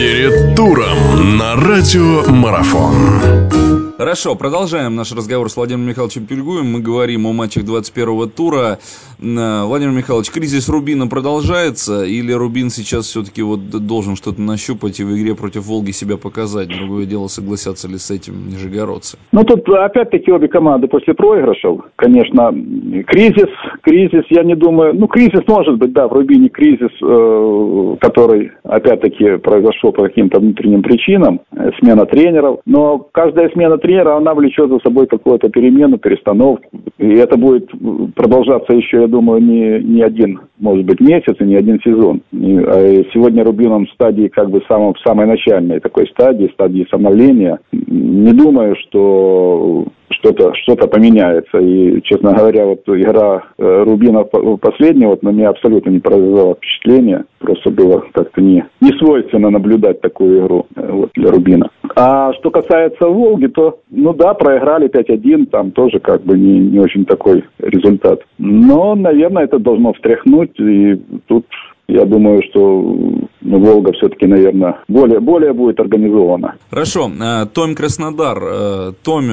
Перед туром на радио Марафон. Хорошо, продолжаем наш разговор с Владимиром Михайловичем Пильгуем. Мы говорим о матчах 21-го тура. Владимир Михайлович, кризис Рубина продолжается? Или Рубин сейчас все-таки вот должен что-то нащупать и в игре против Волги себя показать? Другое дело, согласятся ли с этим нижегородцы? Ну, тут опять-таки обе команды после проигрышев. Конечно, кризис, я не думаю... Ну, кризис может быть, да, в Рубине кризис, который, опять-таки, произошел по каким-то внутренним причинам. Смена тренеров. Но каждая смена тренера, она влечет за собой какую-то перемену, перестановку. И это будет продолжаться еще, я думаю, не один, может быть, месяц и не один сезон. Сегодня Рубин он в стадии, как бы, в самой начальной такой стадии становления. Не думаю, что что-то поменяется. И, честно говоря, вот игра Рубина последняя, вот на меня абсолютно не произвела впечатление. Просто было как-то не свойственно наблюдать такую игру вот, для Рубина. А что касается Волги, то, ну да, проиграли 5-1, там тоже как бы не очень такой результат. Но, наверное, это должно встряхнуть, и тут... Я думаю, что Волга все-таки, наверное, более будет организована. Хорошо. Томь-Краснодар. Томь,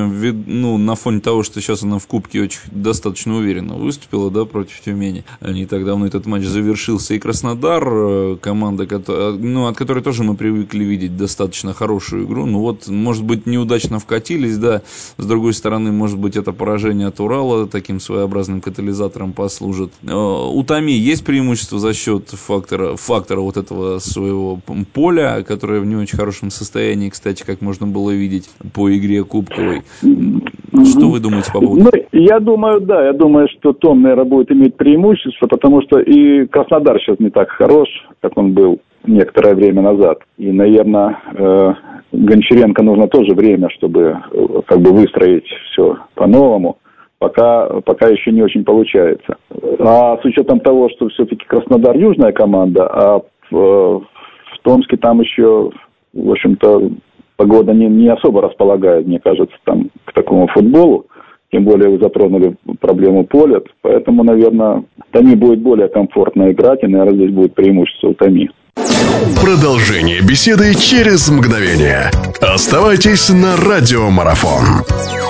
на фоне того, что сейчас она в Кубке очень достаточно уверенно выступила, да, против Тюмени. Не так давно этот матч завершился. И Краснодар, команда, от которой тоже мы привыкли видеть достаточно хорошую игру. Ну вот, может быть, неудачно вкатились, да. С другой стороны, может быть, это поражение от Урала таким своеобразным катализатором послужит. У Томи есть преимущество за счет фактора вот этого своего поля, которое в не очень хорошем состоянии, кстати, как можно было видеть по игре кубковой. Что вы думаете по поводу? Я думаю, что Том, наверное, будет иметь преимущество, потому что и Краснодар сейчас не так хорош, как он был некоторое время назад. И, наверное, Гончаренко нужно тоже время, чтобы как бы выстроить все по-новому. Пока еще не очень получается. А с учетом того, что все-таки Краснодар южная команда, а в Томске там еще, в общем-то, погода не особо располагает, мне кажется, там к такому футболу. Тем более вы затронули проблему поля. Поэтому, наверное, Томи будет более комфортно играть, и, наверное, здесь будет преимущество у Томи. Продолжение беседы через мгновение. Оставайтесь на радио Марафон.